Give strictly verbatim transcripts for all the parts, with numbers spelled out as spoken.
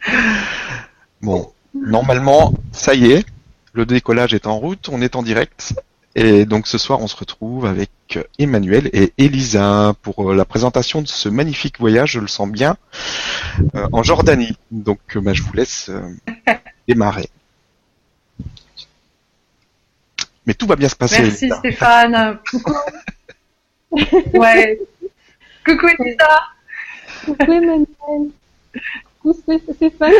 Bon, normalement, ça y est, le décollage est en route, on est en direct. Et donc ce soir, on se retrouve avec Emmanuel et Elisa pour la présentation de ce magnifique voyage, je le sens bien, euh, en Jordanie. Donc euh, bah, je vous laisse euh, démarrer. Mais tout va bien se passer. Merci Elisa. Stéphane. Coucou. Ouais. Coucou Elisa. Coucou Emmanuel. Coucou Stéphane.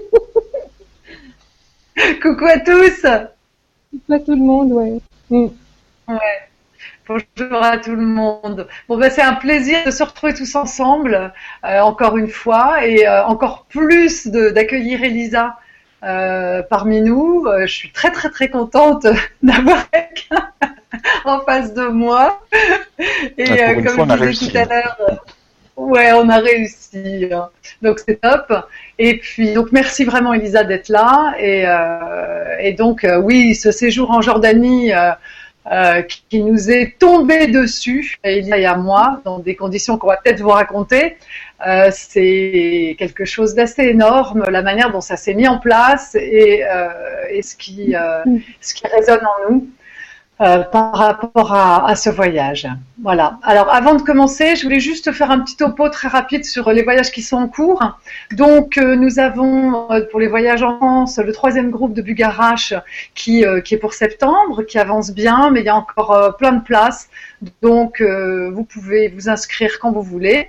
Coucou à tous. Coucou à tout le monde, ouais. Mm. Ouais. Bonjour à tout le monde. Bon ben c'est un plaisir de se retrouver tous ensemble euh, encore une fois et euh, encore plus de, d'accueillir Elisa euh, parmi nous. Euh, je suis très très très contente d'avoir quelqu'un en face de moi. Et Ah, euh, pour une comme fois, on a je disais réussi. tout à l'heure, euh, ouais, on a réussi. hein. Donc c'est top. Et puis donc merci vraiment Elisa d'être là. Et, euh, et donc euh, oui, ce séjour en Jordanie. Euh, Euh, qui, qui nous est tombé dessus, Elisa et à moi, dans des conditions qu'on va peut-être vous raconter. Euh, c'est quelque chose d'assez énorme, la manière dont ça s'est mis en place et, euh, et ce, qui, euh, ce qui résonne en nous euh, par rapport à, à ce voyage. Voilà. Alors, avant de commencer, je voulais juste faire un petit topo très rapide sur les voyages qui sont en cours. Donc, euh, nous avons, euh, pour les voyages en France, le troisième groupe de Bugarache qui, euh, qui est pour septembre, qui avance bien, mais il y a encore euh, plein de places. Donc, euh, vous pouvez vous inscrire quand vous voulez.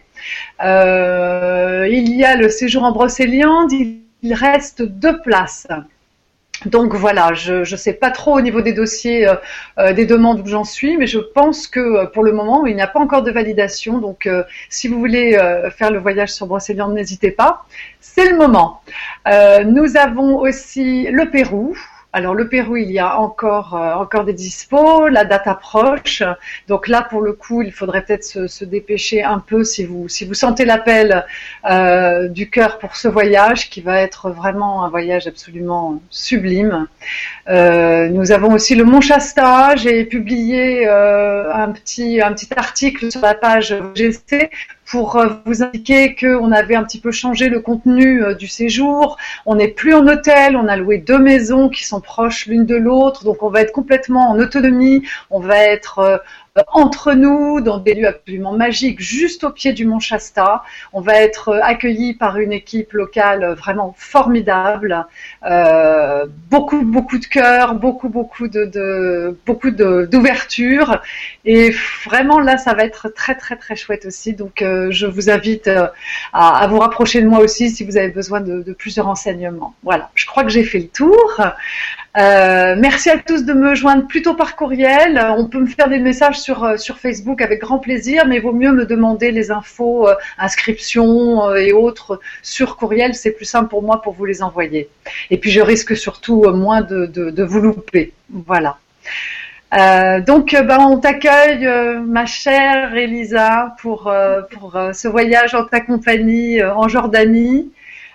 Euh, il y a le séjour en Brocéliande, il reste deux places. Donc voilà, je ne sais pas trop au niveau des dossiers, euh, euh, des demandes où j'en suis, mais je pense que euh, pour le moment, il n'y a pas encore de validation. Donc euh, si vous voulez euh, faire le voyage sur Brocéliande, n'hésitez pas, c'est le moment. Euh, nous avons aussi le Pérou. Alors le Pérou, il y a encore euh, encore des dispos, la date approche. Donc là, pour le coup, il faudrait peut-être se, se dépêcher un peu si vous si vous sentez l'appel euh, du cœur pour ce voyage, qui va être vraiment un voyage absolument sublime. Euh, nous avons aussi le Mont Shasta. J'ai publié euh, un petit un petit article sur la page G C pour vous indiquer qu'on avait un petit peu changé le contenu du séjour. On n'est plus en hôtel, on a loué deux maisons qui sont proches l'une de l'autre, donc on va être complètement en autonomie, on va être euh, entre nous, dans des lieux absolument magiques, juste au pied du Mont Shasta. On va être accueillis par une équipe locale vraiment formidable, euh, beaucoup beaucoup de cœur, beaucoup beaucoup de, de beaucoup de, d'ouverture, et vraiment là ça va être très très très chouette aussi. Donc euh, je vous invite euh, à, à vous rapprocher de moi aussi si vous avez besoin de, de plus de renseignements. Voilà, je crois que j'ai fait le tour. Euh, merci à tous de me joindre plutôt par courriel. On peut me faire des messages sur, sur Facebook avec grand plaisir, mais il vaut mieux me demander les infos, euh, inscriptions euh, et autres sur courriel. C'est plus simple pour moi pour vous les envoyer. Et puis je risque surtout moins de, de, de vous louper. Voilà. Euh, donc, ben, on t'accueille, euh, ma chère Elisa, pour, euh, pour euh, ce voyage en ta compagnie euh, en Jordanie.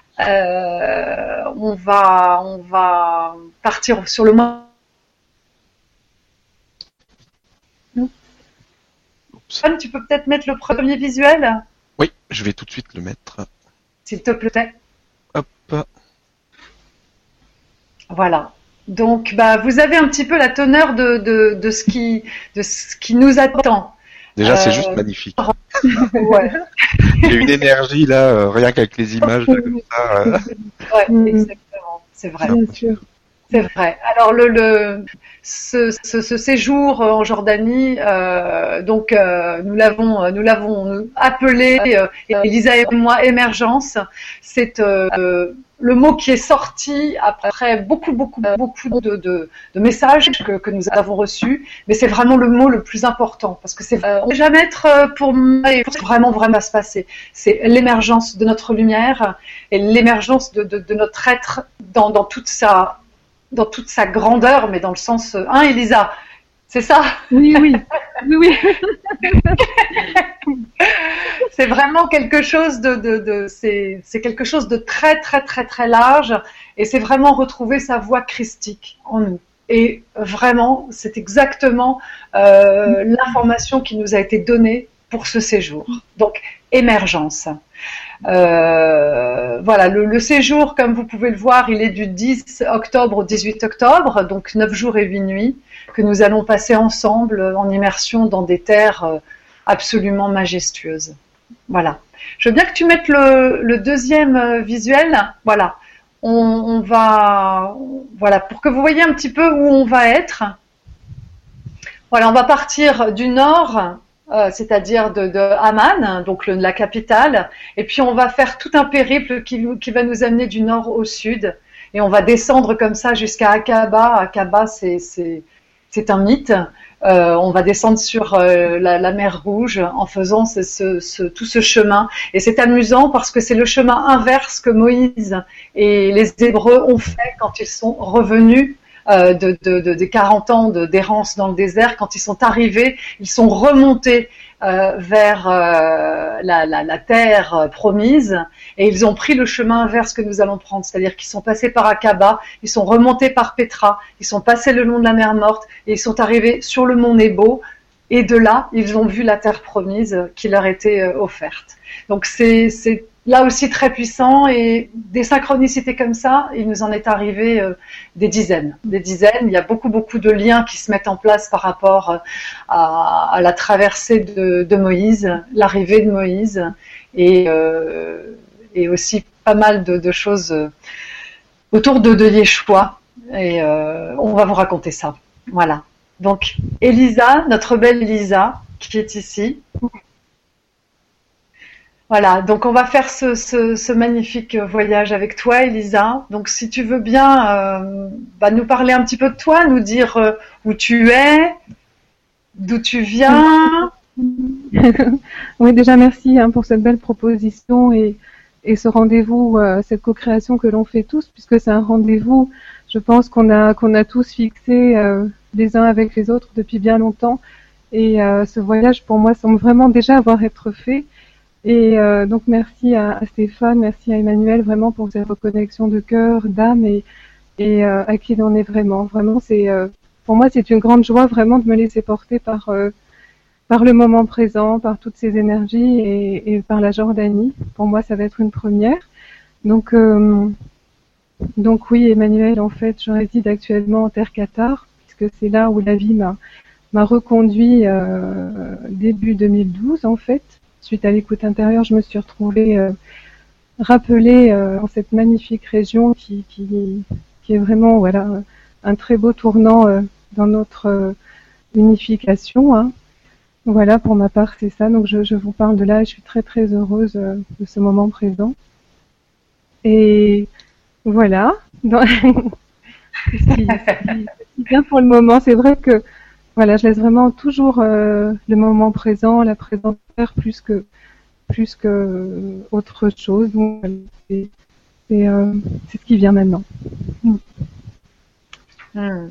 Euh, on va, on va partir sur le mois. Tu peux peut-être mettre le premier visuel? Oui, je vais tout de suite le mettre. S'il te plaît. Hop. Voilà. Donc, bah, vous avez un petit peu la teneur de, de, de, ce, qui, de ce qui nous attend. Déjà, c'est Euh, juste magnifique. Ouais. Il y a une énergie là, euh, rien qu'avec les images là, comme ça. euh. Ouais, exactement. C'est vrai. Bien sûr. C'est vrai. Alors le, le ce, ce, ce séjour en Jordanie, euh, donc euh, nous l'avons nous l'avons appelé euh, Elisa et moi émergence. C'est euh, le mot qui est sorti après beaucoup beaucoup beaucoup de, de, de messages que, que nous avons reçus, mais c'est vraiment le mot le plus important parce que c'est euh, on ne peut jamais être pour moi et pour vraiment vraiment se passer. C'est l'émergence de notre lumière et l'émergence de, de, de notre être dans, dans toute sa dans toute sa grandeur, mais dans le sens hein, Elisa, c'est ça? Oui, oui, oui, oui. C'est vraiment quelque chose de, de, de c'est, c'est quelque chose de très, très, très, très large, et c'est vraiment retrouver sa voix christique en nous. Et vraiment, c'est exactement euh, l'information qui nous a été donnée pour ce séjour. Donc, émergence. Euh, voilà, le, le séjour, comme vous pouvez le voir, il est du dix octobre au dix-huit octobre, donc neuf jours et huit nuits, que nous allons passer ensemble en immersion dans des terres absolument majestueuses. Voilà. Je veux bien que tu mettes le, le deuxième visuel. Voilà. On, on va, voilà, pour que vous voyez un petit peu où on va être. Voilà, on va partir du nord, euh, c'est-à-dire de, de Amman, donc le, la capitale, et puis on va faire tout un périple qui, qui va nous amener du nord au sud, et on va descendre comme ça jusqu'à Aqaba. Aqaba, c'est, c'est, c'est un mythe. Euh, on va descendre sur euh, la, la mer Rouge en faisant ce, ce, ce, tout ce chemin. Et c'est amusant parce que c'est le chemin inverse que Moïse et les Hébreux ont fait quand ils sont revenus euh, de, de, de, des quarante ans de, d'errance dans le désert. Quand ils sont arrivés, ils sont remontés euh, vers euh, la, la, la terre promise et ils ont pris le chemin inverse que nous allons prendre. C'est-à-dire qu'ils sont passés par Aqaba, ils sont remontés par Pétra, ils sont passés le long de la mer Morte et ils sont arrivés sur le mont Nebo. Et de là, ils ont vu la terre promise qui leur était euh, offerte. Donc c'est, c'est là aussi très puissant et des synchronicités comme ça, il nous en est arrivé euh, des dizaines. Des dizaines, il y a beaucoup beaucoup de liens qui se mettent en place par rapport euh, à, à la traversée de, de Moïse, l'arrivée de Moïse et, euh, et aussi pas mal de, de choses euh, autour de, de Yeshua. Et euh, on va vous raconter ça. Voilà. Donc, Elisa, notre belle Elisa, qui est ici. Voilà, donc on va faire ce, ce, ce magnifique voyage avec toi, Elisa. Donc, si tu veux bien euh, bah, nous parler un petit peu de toi, nous dire euh, où tu es, d'où tu viens. Oui, déjà merci hein, pour cette belle proposition et, et ce rendez-vous, euh, cette co-création que l'on fait tous, puisque c'est un rendez-vous, je pense qu'on a qu'on a tous fixé euh, les uns avec les autres depuis bien longtemps. Et euh, ce voyage, pour moi, semble vraiment déjà avoir été fait. Et euh, donc, merci à, à Stéphane, merci à Emmanuel, vraiment pour cette reconnexion de cœur, d'âme et, et euh, à qui l'on est vraiment. Vraiment, c'est euh, pour moi, c'est une grande joie vraiment de me laisser porter par euh, par le moment présent, par toutes ces énergies et, et par la Jordanie. Pour moi, ça va être une première. Donc, euh, donc oui, Emmanuel, en fait, je réside actuellement en terre cathare, puisque c'est là où la vie m'a m'a reconduit euh, début deux mille douze, en fait. Suite à l'écoute intérieure, je me suis retrouvée euh, rappelée euh, en cette magnifique région qui, qui, qui est vraiment voilà, un très beau tournant euh, dans notre euh, unification. Hein. Voilà, pour ma part, c'est ça. Donc, je, je vous parle de là et je suis très, très heureuse euh, de ce moment présent. Et voilà. Dans... ce qui, ce qui, ce qui vient pour le moment, c'est vrai que voilà, je laisse vraiment toujours euh, le moment présent, la présence faire plus que plus que euh, autre chose. Donc, c'est c'est euh, ce qui vient maintenant. Mm. Hmm.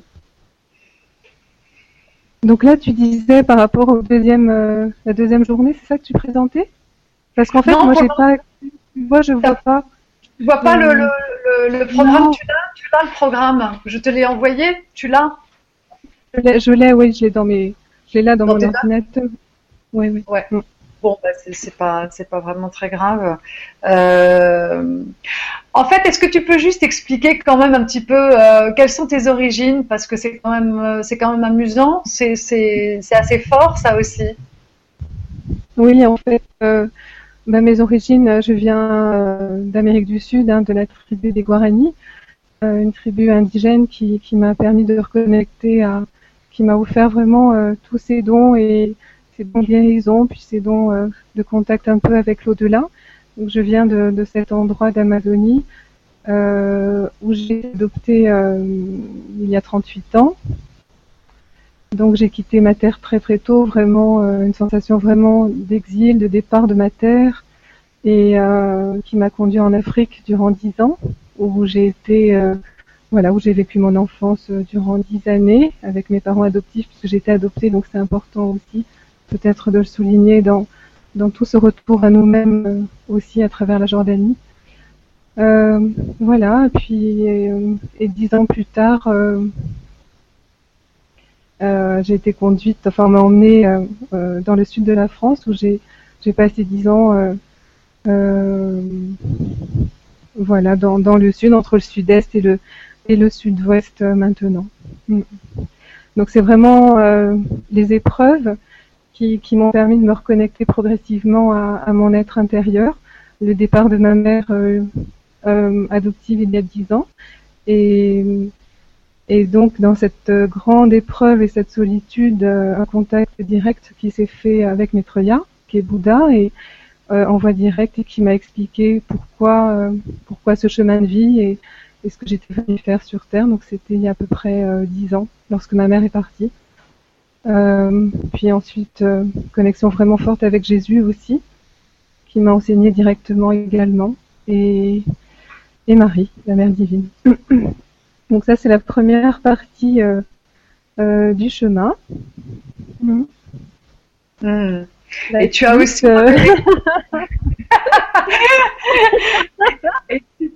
Donc là, tu disais par rapport au deuxième, euh, la deuxième journée, c'est ça que tu présentais? Parce qu'en fait, Non, moi, j'ai pour- pas, moi, je vois pas. Tu vois pas le, le, le, le programme, Non. tu l'as, tu l'as le programme. Je te l'ai envoyé, tu l'as. Je l'ai, je l'ai, oui, je l'ai dans mes, je l'ai là dans, Dans mon tes notes ordinateur. Oui, oui. Ouais. Mm. Bon, bah, c'est c'est pas, c'est pas vraiment très grave. Euh, En fait, est-ce que tu peux juste expliquer quand même un petit peu euh, quelles sont tes origines, parce que c'est quand même, euh, c'est quand même amusant, c'est, c'est, c'est assez fort ça aussi. Oui, en fait, euh, bah, mes origines, euh, je viens euh, d'Amérique du Sud, hein, de la tribu des Guarani, euh, une tribu indigène qui, qui m'a permis de reconnecter à, qui m'a offert vraiment euh, tous ces dons et ces dons de guérison, puis ces dons euh, de contact un peu avec l'au-delà. Donc, je viens de, de cet endroit d'Amazonie euh, où j'ai adopté euh, il y a trente-huit ans. Donc j'ai quitté ma terre très très tôt, vraiment euh, une sensation vraiment d'exil, de départ de ma terre, et euh, qui m'a conduit en Afrique durant dix ans, où j'ai été, euh, voilà, où j'ai vécu mon enfance euh, durant dix années avec mes parents adoptifs, puisque j'étais adoptée, donc c'est important aussi peut-être de le souligner dans dans tout ce retour à nous-mêmes euh, aussi à travers la Jordanie. Euh, voilà, et puis euh, et dix ans plus tard. Euh, Euh, j'ai été conduite, enfin on m'a emmenée euh, euh, dans le sud de la France où j'ai j'ai passé dix ans euh, Euh, voilà, dans, dans le sud, entre le sud-est et le, et le sud-ouest euh, maintenant. Mm. Donc c'est vraiment euh, les épreuves qui, qui m'ont permis de me reconnecter progressivement à, à mon être intérieur. Le départ de ma mère euh, euh, adoptive il y a dix ans. Et, et donc dans cette grande épreuve et cette solitude, euh, un contact direct qui s'est fait avec Maître Ya, qui est Bouddha, et euh, en voie directe, et qui m'a expliqué pourquoi, euh, pourquoi ce chemin de vie et, et ce que j'étais venue faire sur Terre. Donc c'était il y a à peu près euh, dix ans, lorsque ma mère est partie. Euh, puis ensuite, euh, connexion vraiment forte avec Jésus aussi, qui m'a enseigné directement également, et, et Marie, la Mère divine. Donc ça, c'est la première partie euh, euh, du chemin. Mmh. Mmh. Et tu as aussi... Euh... et, tu...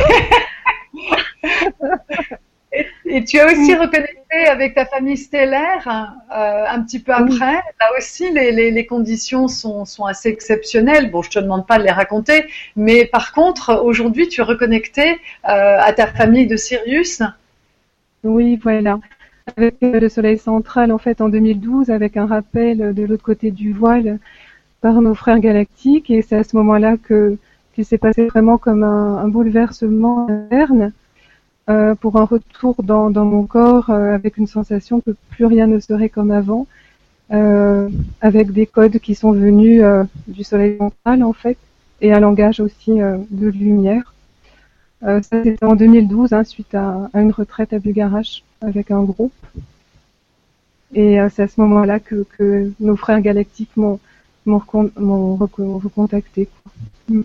et, et tu as aussi reconnecté avec ta famille stellaire euh, un petit peu après. Oui. Là aussi, les, les, les conditions sont, sont assez exceptionnelles. Bon, je te demande pas de les raconter, mais par contre, aujourd'hui, tu es reconnecté euh, à ta famille de Sirius. Oui, voilà. Avec le Soleil central, en fait, en deux mille douze, avec un rappel de l'autre côté du voile par nos frères galactiques, et c'est à ce moment-là que qu'il s'est passé vraiment comme un, un bouleversement interne euh, pour un retour dans, dans mon corps euh, avec une sensation que plus rien ne serait comme avant, euh, avec des codes qui sont venus euh, du Soleil central, en fait, et un langage aussi euh, de lumière. Euh, ça, c'était en deux mille douze, hein, suite à, à une retraite à Bugarach avec un groupe. Et euh, c'est à ce moment-là que, que nos frères galactiques m'ont, m'ont, m'ont recontacté. Mm.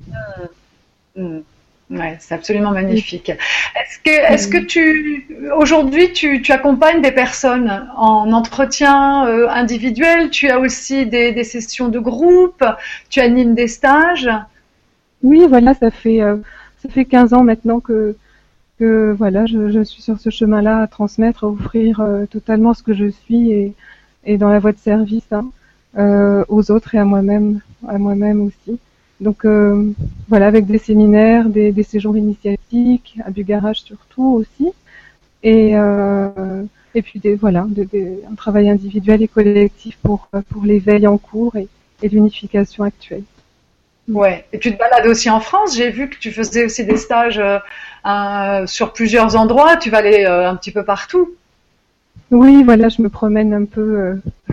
Mm. Ouais, c'est absolument magnifique. Est-ce que, est-ce que tu, aujourd'hui, tu, tu accompagnes des personnes en entretien euh, individuel? Tu as aussi des, des sessions de groupe? Tu animes des stages? Oui, voilà, ça fait... Euh, Ça fait quinze ans maintenant que, que voilà, je, je suis sur ce chemin-là à transmettre, à offrir euh, totalement ce que je suis et, et dans la voie de service hein, euh, aux autres et à moi-même, à moi-même aussi. Donc euh, voilà, avec des séminaires, des, des séjours initiatiques, à Bugarach surtout aussi, et euh, et puis des voilà, de, de, un travail individuel et collectif pour pour l'éveil en cours et, et l'unification actuelle. Ouais. Et tu te balades aussi en France. J'ai vu que tu faisais aussi des stages euh, euh, sur plusieurs endroits. Tu vas aller euh, un petit peu partout. Oui, voilà, je me promène un peu euh,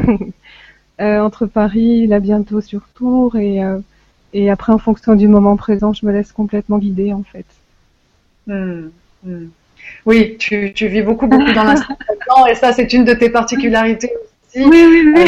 euh, entre Paris, là bientôt sur Tours, et, euh, et après, en fonction du moment présent, je me laisse complètement guider, en fait. Mmh, mmh. Oui, tu, tu vis beaucoup, beaucoup dans l'instant présent, et ça, c'est une de tes particularités aussi. Oui, oui, oui.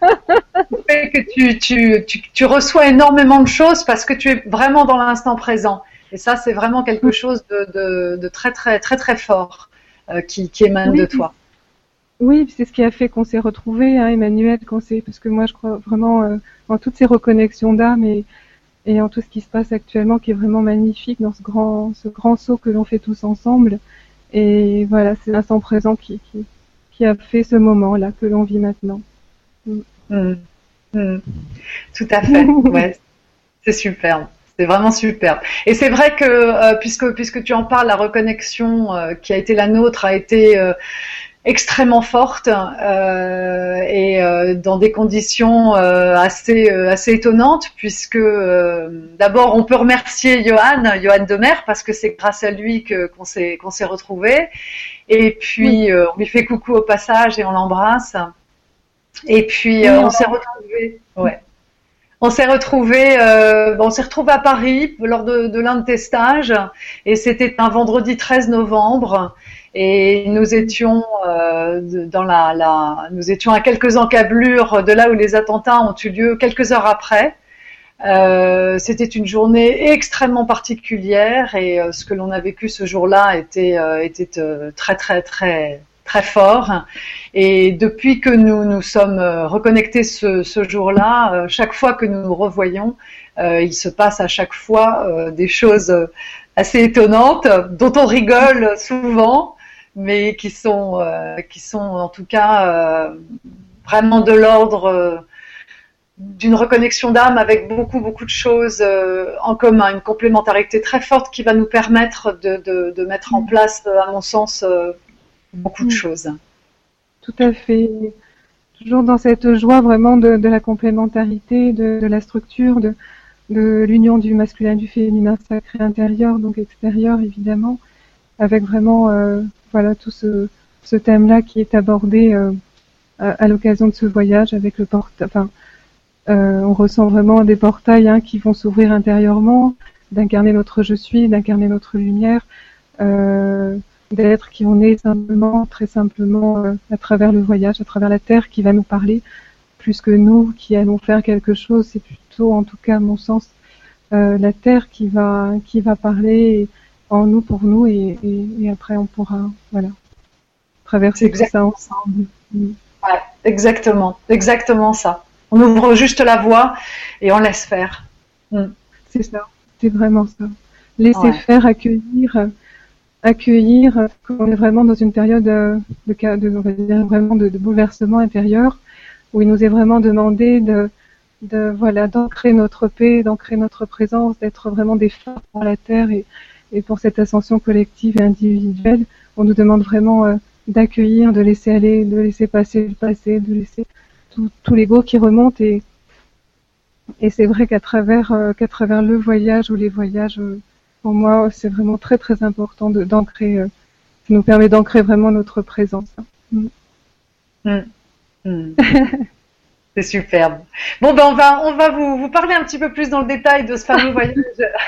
Le fait que tu, tu, tu, tu reçois énormément de choses parce que tu es vraiment dans l'instant présent. Et ça, c'est vraiment quelque chose de, de, de très, très, très, très fort euh, qui, qui émane oui. de toi. Oui, c'est ce qui a fait qu'on s'est retrouvés, hein, Emmanuel, qu'on s'est, parce que moi, je crois vraiment euh, en toutes ces reconnexions d'âme et, et en tout ce qui se passe actuellement, qui est vraiment magnifique dans ce grand, ce grand saut que l'on fait tous ensemble. Et voilà, c'est l'instant présent qui, qui, qui a fait ce moment-là que l'on vit maintenant. Mm. Mm. Mm. Tout à fait. Ouais, c'est superbe. C'est vraiment superbe. Et c'est vrai que euh, puisque puisque tu en parles, la reconnexion euh, qui a été la nôtre a été euh, extrêmement forte euh, et euh, dans des conditions euh, assez euh, assez étonnantes, puisque euh, d'abord on peut remercier Johan, Johan Demer, parce que c'est grâce à lui que qu'on s'est qu'on s'est retrouvés. Et puis euh, on lui fait coucou au passage et on l'embrasse. Et puis euh, on s'est retrouvés. Ouais. On s'est retrouvés, euh, bon, on s'est retrouvés à Paris lors de, de l'un de tes stages, et c'était un vendredi treize novembre, et nous étions euh, dans la, la, nous étions à quelques encablures de là où les attentats ont eu lieu quelques heures après. Euh, c'était une journée extrêmement particulière, et euh, ce que l'on a vécu ce jour-là était, euh, était euh, très très très très fort. Et depuis que nous nous sommes reconnectés ce, ce jour-là, euh, chaque fois que nous nous revoyons, euh, il se passe à chaque fois euh, des choses assez étonnantes, dont on rigole souvent, mais qui sont, euh, qui sont en tout cas euh, vraiment de l'ordre d'une reconnexion d'âme avec beaucoup, beaucoup de choses euh, en commun, une complémentarité très forte qui va nous permettre de, de, de mettre en place, à mon sens, euh, beaucoup de choses. Tout à fait. Toujours dans cette joie vraiment de, de la complémentarité, de, de la structure, de, de l'union du masculin et du féminin sacré intérieur, donc extérieur évidemment, avec vraiment euh, voilà tout ce, ce thème-là qui est abordé euh, à, à l'occasion de ce voyage avec le portail. Enfin, euh, on ressent vraiment des portails hein, qui vont s'ouvrir intérieurement, d'incarner notre je suis, d'incarner notre lumière, euh, d'être qui on est simplement, très simplement, euh, à travers le voyage, à travers la terre qui va nous parler, plus que nous qui allons faire quelque chose. C'est plutôt, en tout cas, à mon sens, euh, la terre qui va qui va parler en nous pour nous et, et, et après on pourra voilà traverser tout ça ensemble. Mm. Ouais, exactement, exactement ça. On ouvre juste la voie et on laisse faire. Mm. C'est ça, c'est vraiment ça. Laisser Ouais. faire, accueillir, accueillir. On est vraiment dans une période de, de, de on va dire vraiment de, de bouleversement intérieur où il nous est vraiment demandé de de voilà d'ancrer notre paix, d'ancrer notre présence, d'être vraiment des phares pour la terre et, et pour cette ascension collective et individuelle. On nous demande vraiment euh, d'accueillir, de laisser aller, de laisser passer le passé, de laisser tout, tout l'ego qui remonte et et c'est vrai qu'à travers euh, qu'à travers le voyage ou les voyages, euh, pour moi c'est vraiment très très important de d'ancrer, euh, ça nous permet d'ancrer vraiment notre présence. Mm. Mm. Mm. C'est superbe. Bon, ben on va, on va vous, vous parler un petit peu plus dans le détail de ce fameux voyage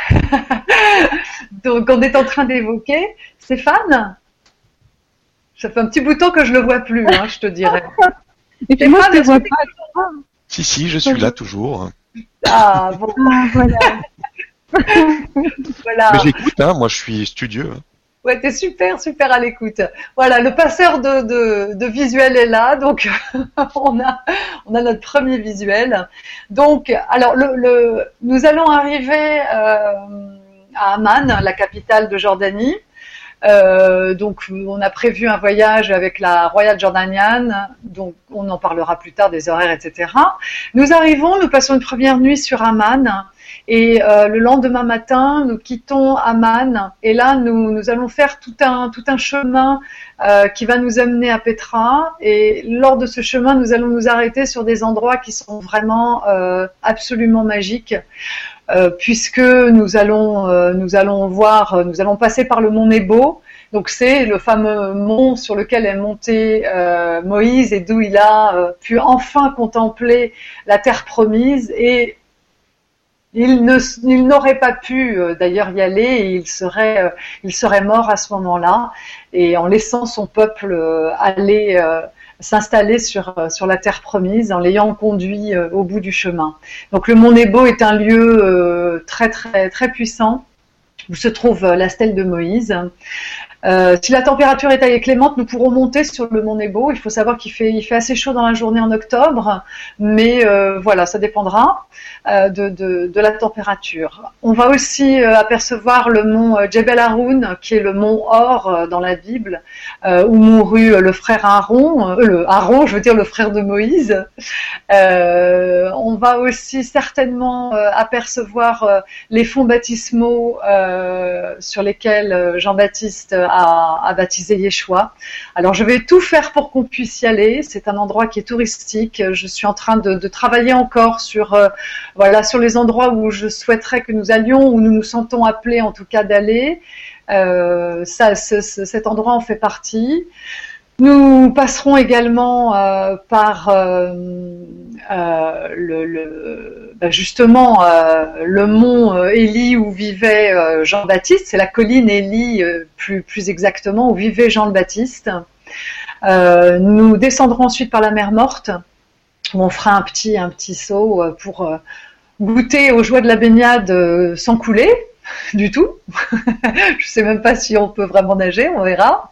donc on est en train d'évoquer. Stéphane, ça fait un petit bout de temps que je le vois plus, hein, je te dirais. Et puis moi je te vois pas. Si, si, je suis là toujours. Ah, bon. Ah, voilà. Voilà. Mais j'écoute, hein, moi je suis studieux. Hein. Ouais, t'es super, super à l'écoute. Voilà, le passeur de, de, de visuel est là, donc on a, on a notre premier visuel. Donc, alors, le, le, nous allons arriver euh, à Amman, la capitale de Jordanie. Euh, donc, on a prévu un voyage avec la Royal Jordanian, donc on en parlera plus tard des horaires, et cetera. Nous arrivons, nous passons une première nuit sur Amman. Et euh, le lendemain matin, nous quittons Amman et là, nous, nous allons faire tout un, tout un chemin euh, qui va nous amener à Petra. Et lors de ce chemin, nous allons nous arrêter sur des endroits qui sont vraiment euh, absolument magiques, euh, puisque nous allons, euh, nous allons voir, nous allons passer par le mont Nebo. Donc c'est le fameux mont sur lequel est monté euh, Moïse et d'où il a euh, pu enfin contempler la terre promise. Et Il ne, il n'aurait pas pu euh, d'ailleurs y aller et il serait, euh, il serait mort à ce moment-là et en laissant son peuple euh, aller euh, s'installer sur euh, sur la terre promise, en l'ayant conduit euh, au bout du chemin. Donc le mont Nebo est un lieu euh, très très très puissant où se trouve euh, la stèle de Moïse. Euh, si la température est taillée clémente, nous pourrons monter sur le mont Nebo. Il faut savoir qu'il fait, il fait assez chaud dans la journée en octobre, mais euh, voilà, ça dépendra euh, de, de, de la température. On va aussi euh, apercevoir le mont Jebel Haroun, qui est le mont Or euh, dans la Bible, euh, où mourut le frère Aaron, euh, le Aaron, je veux dire le frère de Moïse. Euh, on va aussi certainement euh, apercevoir euh, les fonds baptismaux euh, sur lesquels Jean-Baptiste à, à baptiser Yeshua. Alors je vais tout faire pour qu'on puisse y aller. C'est un endroit qui est touristique. Je suis en train de, de travailler encore sur euh, voilà sur les endroits où je souhaiterais que nous allions, où nous nous sentons appelés en tout cas d'aller. Euh, ça, ce, ce, cet endroit en fait partie. Nous passerons également euh, par euh, euh, le, le ben justement euh, le mont euh, Élie où vivait euh, Jean-Baptiste. C'est la colline Élie euh, plus plus exactement où vivait Jean le Baptiste. Euh, nous descendrons ensuite par la mer Morte où on fera un petit un petit saut pour euh, goûter aux joies de la baignade euh, sans couler du tout. Je sais même pas si on peut vraiment nager, on verra.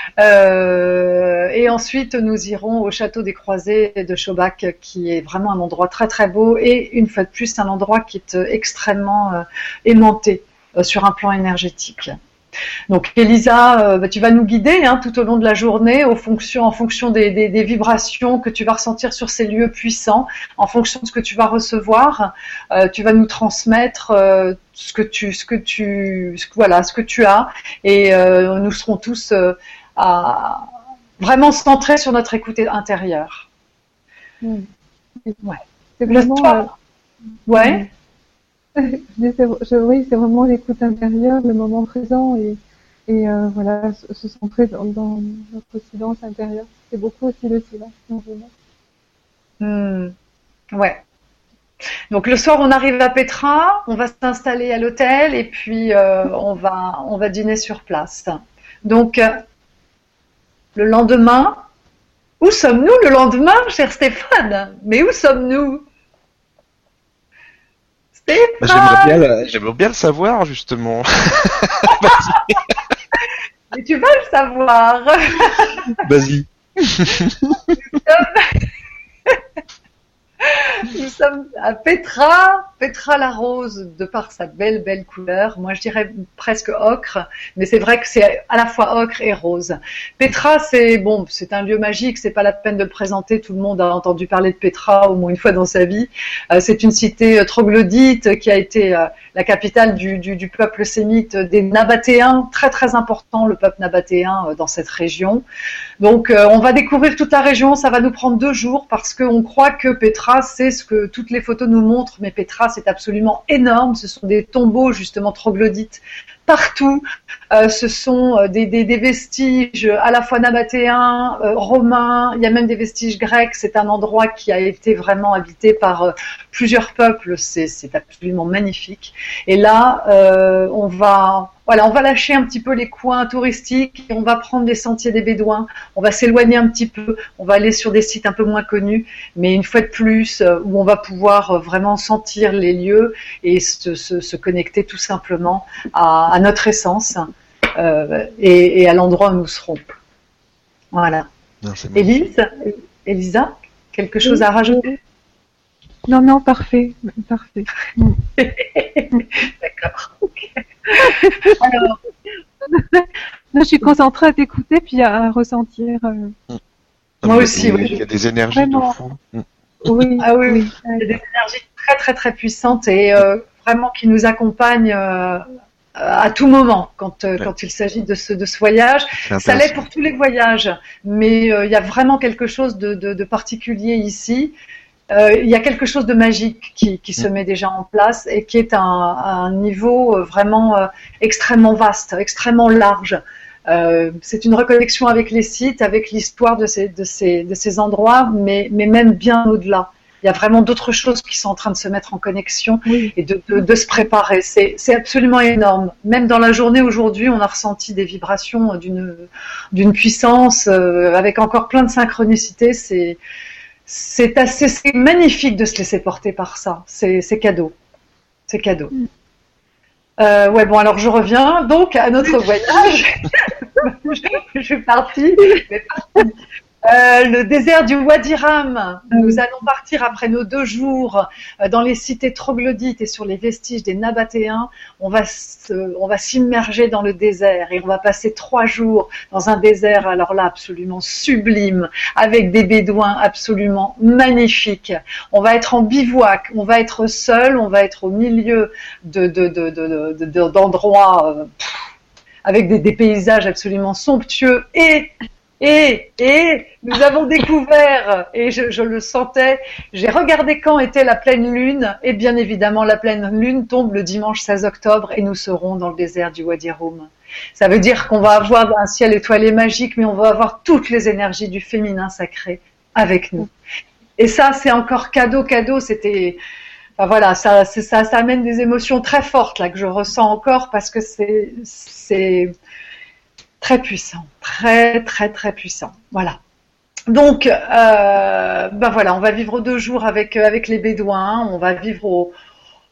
Euh, et ensuite, nous irons au château des Croisés de Chaubac, qui est vraiment un endroit très très beau et une fois de plus un endroit qui est extrêmement euh, aimanté euh, sur un plan énergétique. Donc Elisa, euh, bah, tu vas nous guider hein, tout au long de la journée au fonction, en fonction des, des, des vibrations que tu vas ressentir sur ces lieux puissants, en fonction de ce que tu vas recevoir. Euh, tu vas nous transmettre euh, ce que tu, ce que tu, ce, voilà, ce que tu as, et euh, nous serons tous euh, à, vraiment centrés sur notre écoute intérieure. Mmh. Ouais. C'est vraiment. Euh, ouais. Je, oui, c'est vraiment l'écoute intérieure, le moment présent et, et euh, voilà, se, se centrer dans, dans notre silence intérieur. C'est beaucoup aussi le silence. Mmh. Ouais. Donc le soir, on arrive à Petra, on va s'installer à l'hôtel et puis euh, on va on va dîner sur place. Donc euh, le lendemain, où sommes-nous le lendemain, cher Stéphane? Mais où sommes-nous? Bah, j'aimerais bien, le, j'aimerais bien le savoir, justement. Mais tu vas le savoir. Vas-y. Nous sommes à Petra, Petra la rose, de par sa belle, belle couleur. Moi, je dirais presque ocre, mais c'est vrai que c'est à la fois ocre et rose. Petra, c'est bon, c'est un lieu magique, c'est pas la peine de le présenter. Tout le monde a entendu parler de Petra au moins une fois dans sa vie. Euh, c'est une cité troglodyte qui a été euh, la capitale du, du, du peuple sémite des Nabatéens, très très important, le peuple nabatéen euh, dans cette région. Donc, euh, on va découvrir toute la région. Ça va nous prendre deux jours parce qu'on croit que Petra, c'est ce que toutes les photos nous montrent, mais Petra, c'est absolument énorme. Ce sont des tombeaux, justement, troglodytes partout. Euh, ce sont des, des, des vestiges à la fois nabatéens, euh, romains. Il y a même des vestiges grecs. C'est un endroit qui a été vraiment habité par euh, plusieurs peuples. C'est, c'est absolument magnifique. Et là, euh, on va... Voilà, on va lâcher un petit peu les coins touristiques, et on va prendre les sentiers des Bédouins, on va s'éloigner un petit peu, on va aller sur des sites un peu moins connus, mais une fois de plus, où on va pouvoir vraiment sentir les lieux et se, se, se connecter tout simplement à, à notre essence euh, et, et à l'endroit où nous serons. Voilà. Non, Élise, Elisa, quelque chose oui, à rajouter? Non, non, parfait, parfait. D'accord. Okay. Alors, je suis concentrée à t'écouter puis à ressentir. Euh... Moi aussi, oui. Il y a des énergies vraiment. De fou. Oui, ah oui, oui, il y a des énergies très très très puissantes et euh, vraiment qui nous accompagnent euh, à tout moment quand euh, ouais. quand il s'agit de ce de ce voyage. Ça l'est pour tous les voyages, mais euh, il y a vraiment quelque chose de, de, de particulier ici. Euh, il y a quelque chose de magique qui, qui se met déjà en place et qui est à un, à un niveau vraiment euh, extrêmement vaste, extrêmement large. Euh, c'est une reconnexion avec les sites, avec l'histoire de ces, de ces, de ces endroits, mais, mais même bien au-delà. Il y a vraiment d'autres choses qui sont en train de se mettre en connexion oui. et de, de, de se préparer. C'est, c'est absolument énorme. Même dans la journée aujourd'hui, on a ressenti des vibrations d'une, d'une puissance euh, avec encore plein de synchronicité. C'est C'est assez c'est magnifique de se laisser porter par ça. C'est, c'est cadeau. C'est cadeau. Euh, ouais, bon, alors je reviens donc à notre voyage. je, je suis partie. Mais partie. Euh, le désert du Wadi Ram. Nous allons partir après nos deux jours euh, dans les cités troglodytes et sur les vestiges des Nabatéens. On va se, on va s'immerger dans le désert et on va passer trois jours dans un désert, alors là, absolument sublime, avec des bédouins absolument magnifiques. On va être en bivouac, on va être seul, on va être au milieu de, de, de, de, de, de d'endroits euh, pff, avec des, des paysages absolument somptueux et Et, et nous avons découvert, et je, je le sentais, j'ai regardé quand était la pleine lune, et bien évidemment la pleine lune tombe le dimanche seize octobre et nous serons dans le désert du Wadi Rum. Ça veut dire qu'on va avoir un ciel étoilé magique, mais on va avoir toutes les énergies du féminin sacré avec nous. Et ça, c'est encore cadeau, cadeau, c'était... Enfin, voilà, ça, ça, ça amène des émotions très fortes là que je ressens encore parce que c'est... c'est très puissant, très très très puissant. Voilà. Donc, euh, ben voilà, on va vivre deux jours avec avec les Bédouins. On va vivre au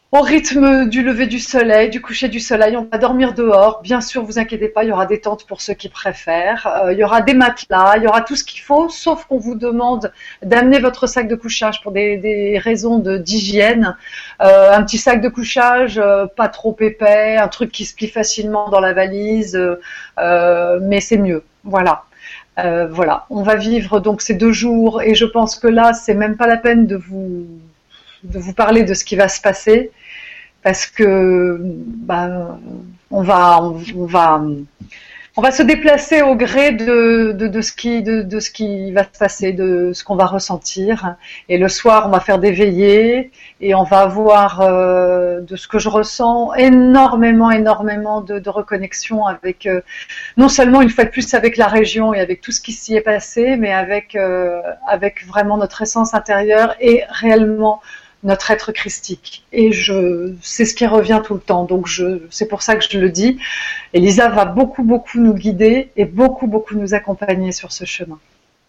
au rythme du lever du soleil, du coucher du soleil. On va dormir dehors. Bien sûr, vous inquiétez pas, il y aura des tentes pour ceux qui préfèrent. Euh, il y aura des matelas, il y aura tout ce qu'il faut, sauf qu'on vous demande d'amener votre sac de couchage pour des, des raisons de d'hygiène. Euh, un petit sac de couchage, euh, pas trop épais, un truc qui se plie facilement dans la valise, euh, mais c'est mieux. Voilà. Euh, voilà. On va vivre donc ces deux jours, et je pense que là, c'est même pas la peine de vous de vous parler de ce qui va se passer, parce que bah, on va on, on va on va se déplacer au gré de de, de ce qui de, de ce qui va se passer, de ce qu'on va ressentir. Et le soir, on va faire des veillées et on va avoir euh, de ce que je ressens énormément énormément de, de reconnexion avec euh, non seulement une fois de plus avec la région et avec tout ce qui s'y est passé, mais avec euh, avec vraiment notre essence intérieure et réellement notre être christique. Et je, c'est ce qui revient tout le temps. Donc je, c'est pour ça que je le dis. Elisa va beaucoup, beaucoup nous guider et beaucoup, beaucoup nous accompagner sur ce chemin.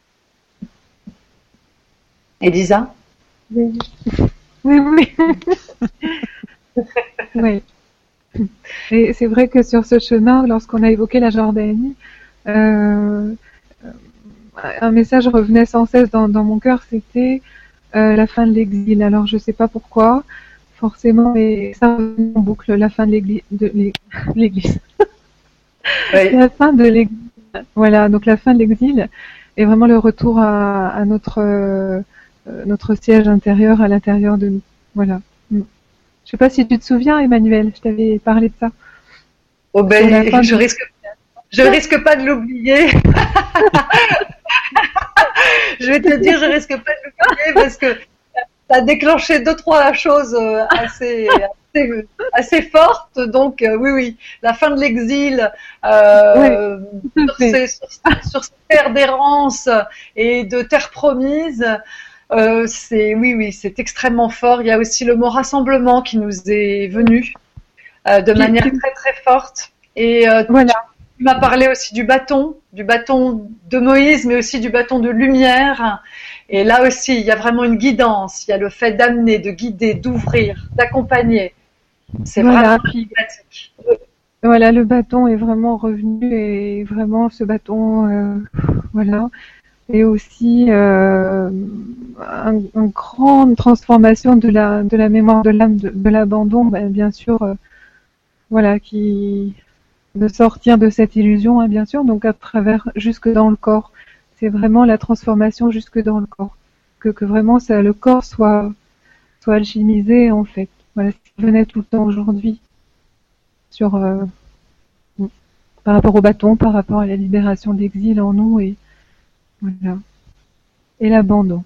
Elisa? Oui, oui, oui. Oui. Et c'est vrai que sur ce chemin, lorsqu'on a évoqué la Jordanie, euh, un message revenait sans cesse dans, dans mon cœur, c'était Euh, la fin de l'exil. Alors je sais pas pourquoi, forcément, mais ça revient en boucle, la fin de l'église. De l'église. Oui. La fin de l'exil. Voilà, donc la fin de l'exil est vraiment le retour à, à notre euh, notre siège intérieur, à l'intérieur de nous. Voilà. Je sais pas si tu te souviens, Emmanuel, je t'avais parlé de ça. Oh ben, je de... risque, je risque pas de l'oublier. Je vais te dire, je risque pas de l'oublier parce que ça a déclenché deux trois choses assez assez, assez fortes. Donc euh, oui oui, la fin de l'exil euh, oui, sur, ces, sur, sur ces terres d'errance et de terre promise. Euh, c'est oui oui, c'est extrêmement fort. Il y a aussi le mot rassemblement qui nous est venu euh, de manière très très forte. Et euh, voilà. Tu m'as parlé aussi du bâton, du bâton de Moïse, mais aussi du bâton de lumière. Et là aussi, il y a vraiment une guidance. Il y a le fait d'amener, de guider, d'ouvrir, d'accompagner. C'est voilà. Vraiment magnifique. Voilà, le bâton est vraiment revenu et vraiment ce bâton, euh, voilà. Et aussi euh, un, une grande transformation de la de la mémoire de l'âme, de, de l'abandon, ben, bien sûr, euh, voilà, qui de sortir de cette illusion, hein, bien sûr, donc à travers jusque dans le corps. C'est vraiment la transformation jusque dans le corps, que que vraiment ça, le corps soit soit alchimisé en fait. Voilà ce qui venait tout le temps aujourd'hui sur euh, par rapport au bâton, par rapport à la libération de l'exil en nous et voilà. Et l'abandon.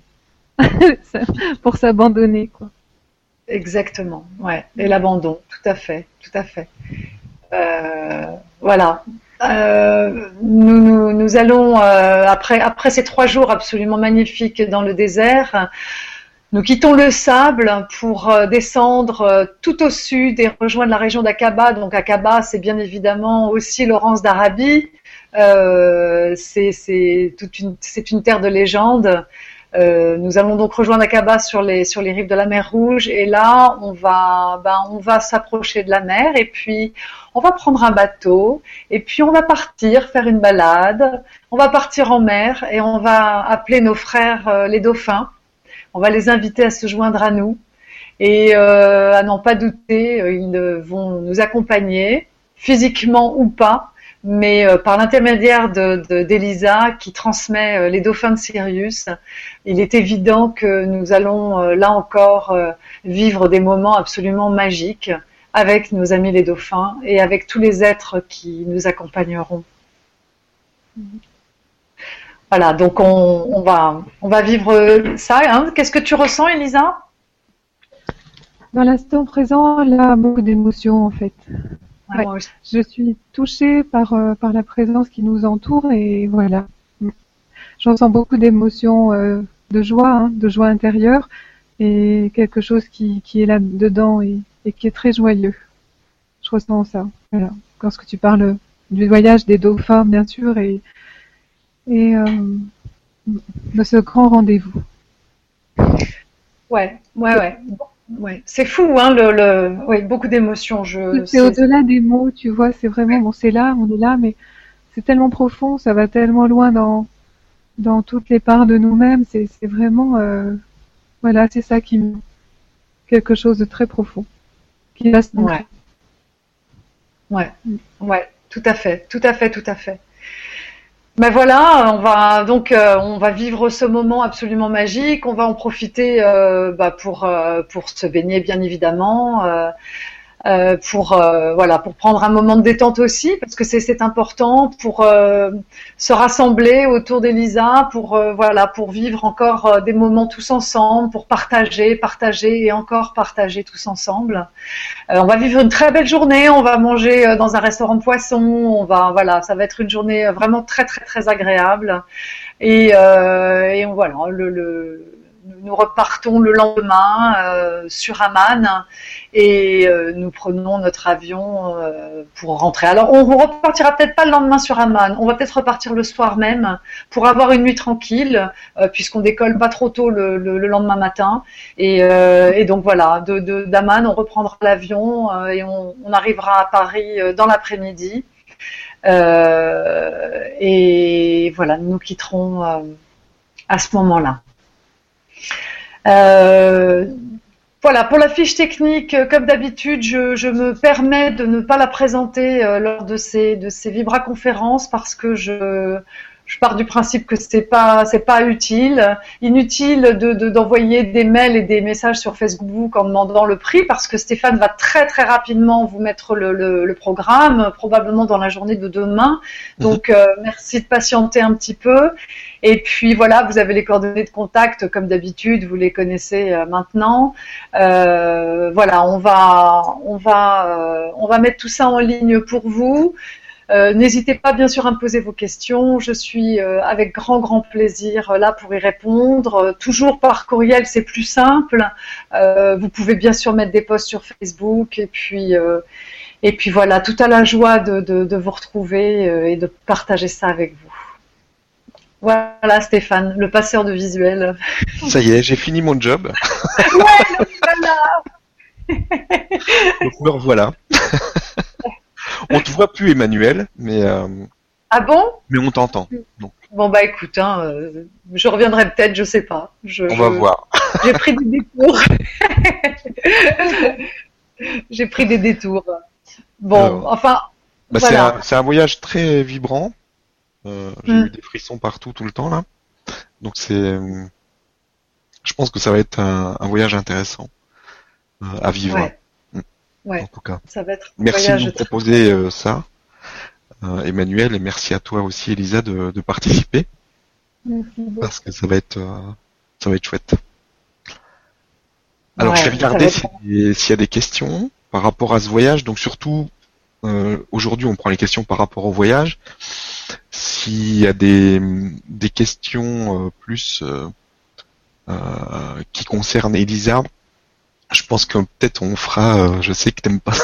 Pour s'abandonner, quoi. Exactement, ouais. Et l'abandon, tout à fait, tout à fait. Euh, voilà. Euh, nous, nous, nous allons, euh, après, après ces trois jours absolument magnifiques dans le désert, nous quittons le sable pour euh, descendre euh, tout au sud et rejoindre la région d'Aqaba. Donc Aqaba, c'est bien évidemment aussi Laurence d'Arabie. Euh, c'est, c'est, toute une, c'est une terre de légende. Euh, nous allons donc rejoindre Aqaba sur les sur les rives de la mer Rouge et là on va ben on va s'approcher de la mer et puis on va prendre un bateau et puis on va partir faire une balade. On va partir en mer et on va appeler nos frères euh, les dauphins. On va les inviter à se joindre à nous et euh, à n'en pas douter, ils vont nous accompagner physiquement ou pas. Mais euh, par l'intermédiaire de, de, d'Elisa qui transmet euh, les dauphins de Sirius, il est évident que nous allons euh, là encore euh, vivre des moments absolument magiques avec nos amis les dauphins et avec tous les êtres qui nous accompagneront. Voilà, donc on, on va on va vivre ça. Hein. Qu'est-ce que tu ressens, Elisa? Dans l'instant présent, là, beaucoup d'émotions en fait. Ouais, je suis touchée par euh, par la présence qui nous entoure et voilà. J'en sens beaucoup d'émotions, euh, de joie, hein, de joie intérieure et quelque chose qui qui est là dedans et, et qui est très joyeux. Je ressens ça. Voilà. Lorsque tu parles du voyage des dauphins, bien sûr, et et euh, de ce grand rendez-vous. Ouais, ouais, ouais. ouais. C'est fou, hein, le, le... Oui, beaucoup d'émotions. Je... C'est au-delà des mots, tu vois, c'est vraiment, bon, c'est là, on est là, mais c'est tellement profond, ça va tellement loin dans, dans toutes les parts de nous-mêmes, c'est, c'est vraiment, euh, voilà, c'est ça qui me, quelque chose de très profond, qui va se Ouais. Ouais, ouais, tout à fait, tout à fait, tout à fait. Ben voilà, on va donc euh, on va vivre ce moment absolument magique. On va en profiter euh, bah, pour euh, pour se baigner bien évidemment, euh, euh, pour euh, voilà pour prendre un moment de détente aussi parce que c'est c'est important pour euh, se rassembler autour d'Elisa pour euh, voilà pour vivre encore euh, des moments tous ensemble, pour partager, partager et encore partager tous ensemble. Euh, on va vivre une très belle journée, on va manger euh, dans un restaurant de poisson, on va voilà, ça va être une journée vraiment très très très agréable et, euh, et voilà, le, le, nous repartons le lendemain euh, sur Amman et euh, nous prenons notre avion euh, pour rentrer. Alors on repartira peut-être pas le lendemain sur Amman, on va peut-être repartir le soir même pour avoir une nuit tranquille euh, puisqu'on décolle pas trop tôt le, le, le lendemain matin et, euh, et donc voilà, de, de d'Amman on reprendra l'avion euh, et on, on arrivera à Paris euh, dans l'après-midi euh, et voilà, nous nous quitterons euh, à ce moment-là. Euh, voilà, pour la fiche technique, comme d'habitude, je, je me permets de ne pas la présenter euh, lors de ces, de ces Vibra-conférences parce que je, je pars du principe que c'est pas, c'est pas utile, inutile de, de, d'envoyer des mails et des messages sur Facebook en demandant le prix parce que Stéphane va très très rapidement vous mettre le, le, le programme, probablement dans la journée de demain. Donc, euh, merci de patienter un petit peu. Et puis voilà, vous avez les coordonnées de contact comme d'habitude, vous les connaissez euh, maintenant. Euh, voilà, on va, on va, euh, on va mettre tout ça en ligne pour vous. Euh, n'hésitez pas bien sûr à me poser vos questions. Je suis euh, avec grand grand plaisir euh, là pour y répondre. Euh, toujours par courriel, c'est plus simple. Euh, vous pouvez bien sûr mettre des posts sur Facebook et puis euh, et puis voilà, tout à la joie de, de, de vous retrouver euh, et de partager ça avec vous. Voilà Stéphane, le passeur de visuel. Ça y est, j'ai fini mon job. Ouais, voilà. Donc me revoilà. On te voit plus Emmanuel, mais euh, Ah bon? mais on t'entend. Donc Bon bah écoute, hein, euh, je reviendrai peut-être, je sais pas. Je, on je- va voir. J'ai pris des détours. J'ai pris des détours. Bon, Alors, enfin, Bah, c'est voilà. un, c'est un voyage très vibrant. Euh, j'ai Mm. eu des frissons partout tout le temps là. Donc c'est, euh, je pense que ça va être un, un voyage intéressant euh, à vivre Ouais, en ouais, tout cas. ça va être un Merci de voyage nous très proposer euh, ça, euh, Emmanuel, et merci à toi aussi, Elisa, de, de participer Merci beaucoup. parce que ça va être, euh, ça va être chouette. Alors, je vais Ouais, ça va regarder être. si- s'il y a des questions par rapport à ce voyage. Donc, surtout, euh, aujourd'hui, on prend les questions par rapport au voyage. S'il y a des, des questions euh, plus euh, euh, qui concernent Elisa, je pense que peut-être on fera, euh, je sais que t'aimes pas,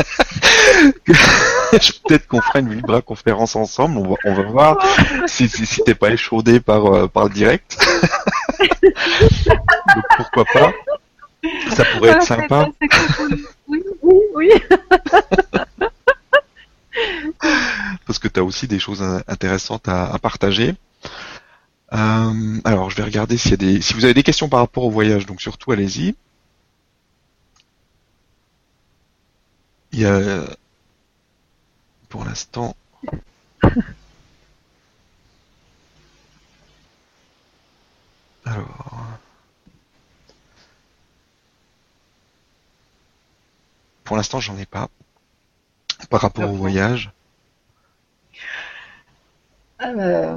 peut-être qu'on fera une Vibra conférence ensemble. On va, on va voir si, si, si t'es pas échaudé par, euh, par le direct. Donc, pourquoi pas. Ça pourrait être sympa. Oui, oui, oui. Parce que tu as aussi des choses intéressantes à, à partager. Euh, alors, je vais regarder s'il y a des, si vous avez des questions par rapport au voyage, donc surtout allez-y. Il y a, pour l'instant, alors, pour l'instant, j'en ai pas par rapport au voyage. Euh,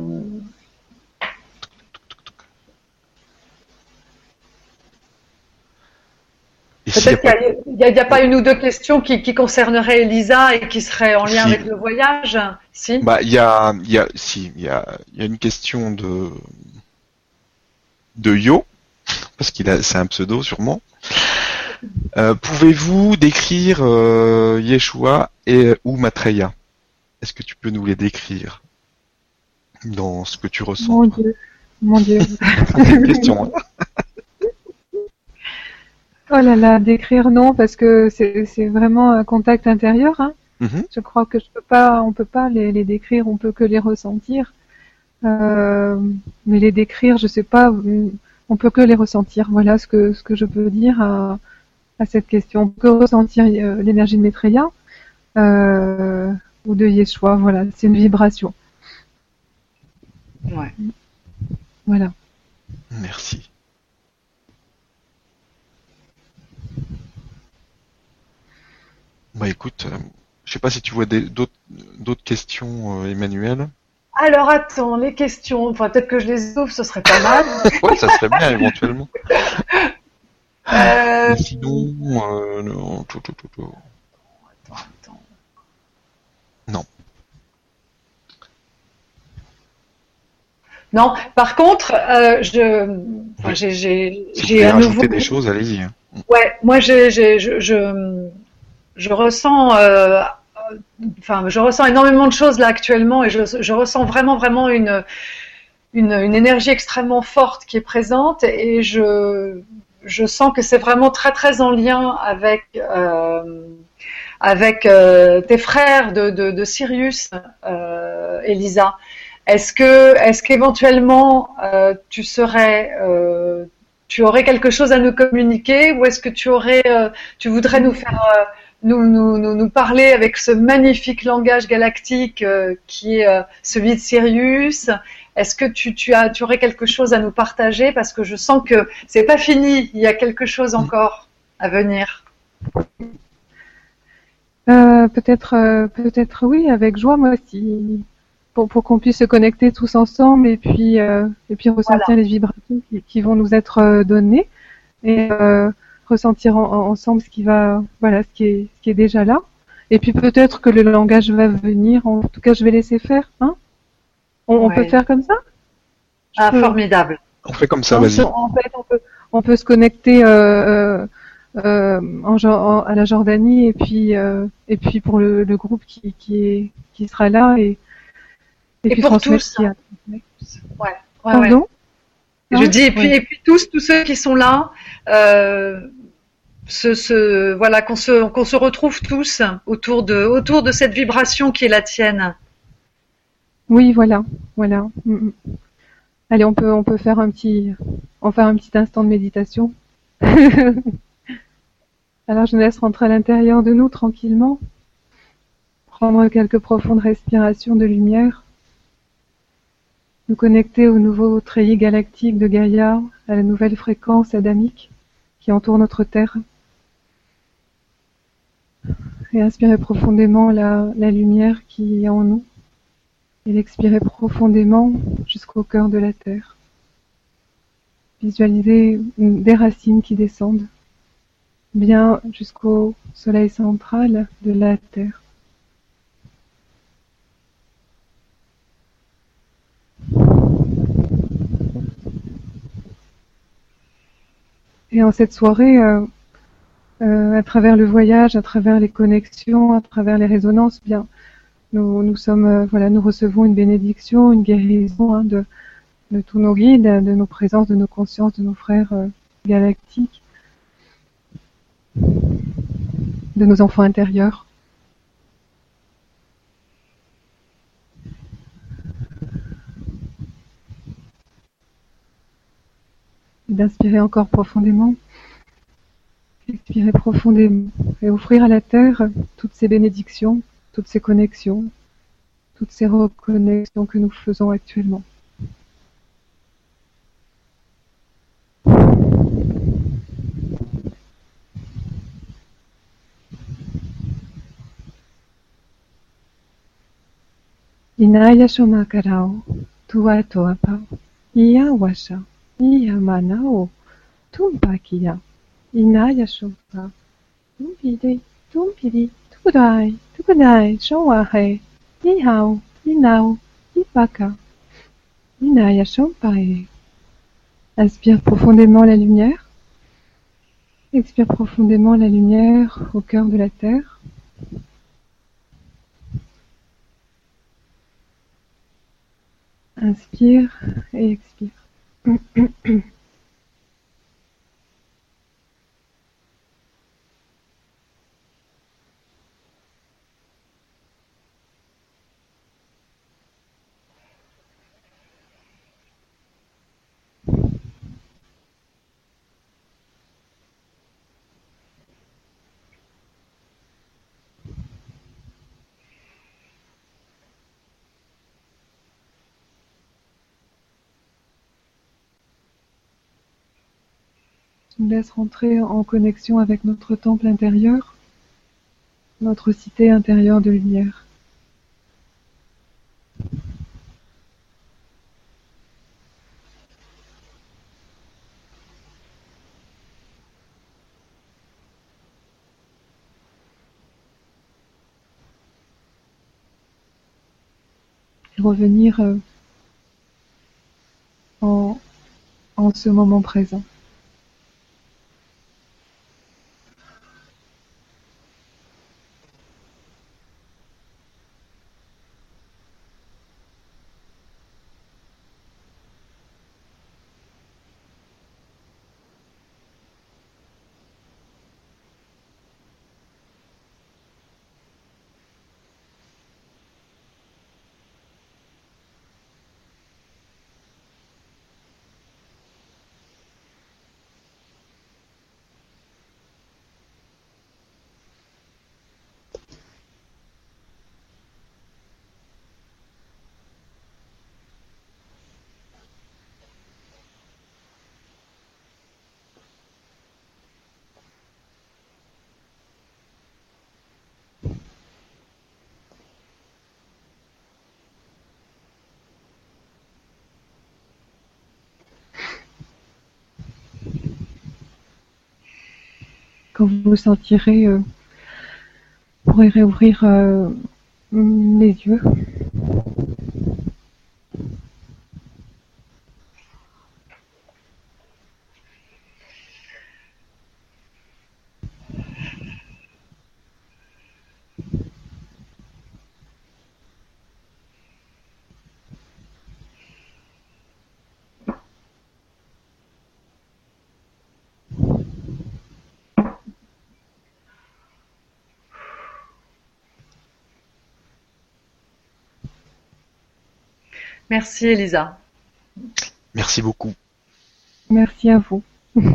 Et s'il y a Peut-être pas- qu'il n'y a, il y a pas une ou deux questions qui, qui concerneraient Elisa et qui seraient en lien Si. avec le voyage, si? Bah, il y a, il y a, si, il y a, il y a une question de, de Yo, parce qu'il a, c'est un pseudo sûrement. Euh, pouvez-vous décrire euh, Yeshua et ou Maitreya? Est-ce que tu peux nous les décrire dans ce que tu ressens? Mon Dieu, mon Dieu. Question. Hein. Oh là là, décrire non, parce que c'est c'est vraiment un contact intérieur, hein. Mhm. Je crois que je peux pas, on peut pas les, les décrire, on peut que les ressentir. Euh, mais les décrire, je sais pas, on peut que les ressentir. Voilà ce que ce que je peux dire à, à cette question. On peut ressentir euh, l'énergie de Maitreya euh, ou de Yeshua. Voilà, c'est une vibration. Ouais. Voilà. Merci. Bah écoute, euh, je sais pas si tu vois des- d'autres d'autres questions, euh, Emmanuel. Alors attends, les questions, enfin peut-être que je les ouvre, ce serait pas mal. Ouais, ça serait bien éventuellement. Euh, Mais sinon, euh, non, tout, tout, tout, tout. attends, attends. Non. Non, par contre, euh, je, enfin, Oui. j'ai, j'ai, Si vous j'ai voulez à nouveau. rajouter des choses, allez-y. Hein. Ouais, moi, j'ai, j'ai, je, je, je ressens, euh, enfin, je ressens énormément de choses là actuellement, et je, je ressens vraiment, vraiment une, une, une énergie extrêmement forte qui est présente, et je, je sens que c'est vraiment très, très en lien avec, euh, avec euh, tes frères de, de, de Sirius, euh, Elisa. Est-ce que, est-ce qu'éventuellement euh, tu serais, euh, tu aurais quelque chose à nous communiquer, ou est-ce que tu aurais, euh, tu voudrais nous faire, euh, nous, nous, nous, nous parler avec ce magnifique langage galactique euh, qui est euh, celui de Sirius? Est-ce que tu, tu as, tu aurais quelque chose à nous partager, parce que je sens que c'est pas fini, il y a quelque chose encore à venir. Euh, peut-être, euh, peut-être oui, avec joie, moi aussi, pour, pour qu'on puisse se connecter tous ensemble et puis, euh, et puis Voilà. ressentir les vibrations qui, qui vont nous être euh, données et euh, ressentir en, en- ensemble ce qui va, voilà, ce qui est, ce qui est déjà là. Et puis peut-être que le langage va venir. En tout cas, je vais laisser faire. Hein, on, on peut Ouais. faire comme ça. Je Ah, peux. formidable. On fait comme ça, On vas-y. peut- en fait, on peut, on peut se connecter euh, euh, euh, en, Jor- en- à la Jordanie et puis euh, et puis pour le, le groupe qui, qui est qui sera là et et Et puis pour transmettre ce tous. qu'il y a. Ouais, ouais, ouais. Pardon? Je Hein? dis, et puis, Oui. et puis tous, tous ceux qui sont là, euh, ce, ce, voilà, qu'on se, qu'on se retrouve tous autour de, autour de cette vibration qui est la tienne. Oui, voilà, voilà. Mm, mm. Allez, on peut on peut faire un petit on va faire un petit instant de méditation. Alors je nous laisse rentrer à l'intérieur de nous tranquillement, prendre quelques profondes respirations de lumière, nous connecter au nouveau treillis galactique de Gaïa, à la nouvelle fréquence adamique qui entoure notre Terre, et inspirer profondément la, la lumière qui est en nous, et l'expirer profondément jusqu'au cœur de la Terre. Visualiser des racines qui descendent bien jusqu'au soleil central de la Terre. Et en cette soirée, euh, euh, à travers le voyage, à travers les connexions, à travers les résonances, bien, nous, nous sommes, euh, voilà, nous recevons une bénédiction, une guérison hein, de, de tous nos guides, de nos présences, de nos consciences, de nos frères euh, galactiques, de nos enfants intérieurs. D'inspirer encore profondément, expirer profondément et offrir à la Terre toutes ces bénédictions, toutes ces connexions, toutes ces reconnexions que nous faisons actuellement. Inaya shomakarao, tua toapa, iya washa, iya manao, tumpakia, inaya shompa, tumpidi, tumpidi, tukudai, tukudai, showahe, ihao, inao, ipaka, inaya shompae. Inspire profondément la lumière. Expire profondément la lumière au cœur de la terre. Inspire et expire. nous laisse rentrer en connexion avec notre temple intérieur, notre cité intérieure de lumière. Et revenir euh, en, en ce moment présent. Quand vous vous sentirez, euh, vous pourrez réouvrir euh, les yeux. Merci Elisa. Merci beaucoup. Merci à vous.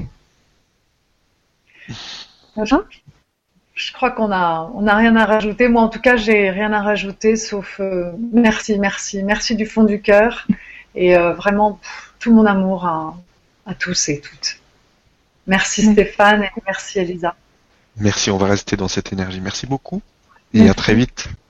Ça va ? Je crois qu'on a, on n'a rien à rajouter. Moi, en tout cas, j'ai rien à rajouter, sauf euh, merci, merci, merci du fond du cœur et euh, vraiment pff, tout mon amour à, à tous et toutes. Merci Merci. Stéphane et merci Elisa. Merci, on va rester dans cette énergie. Merci beaucoup et Merci. à très vite.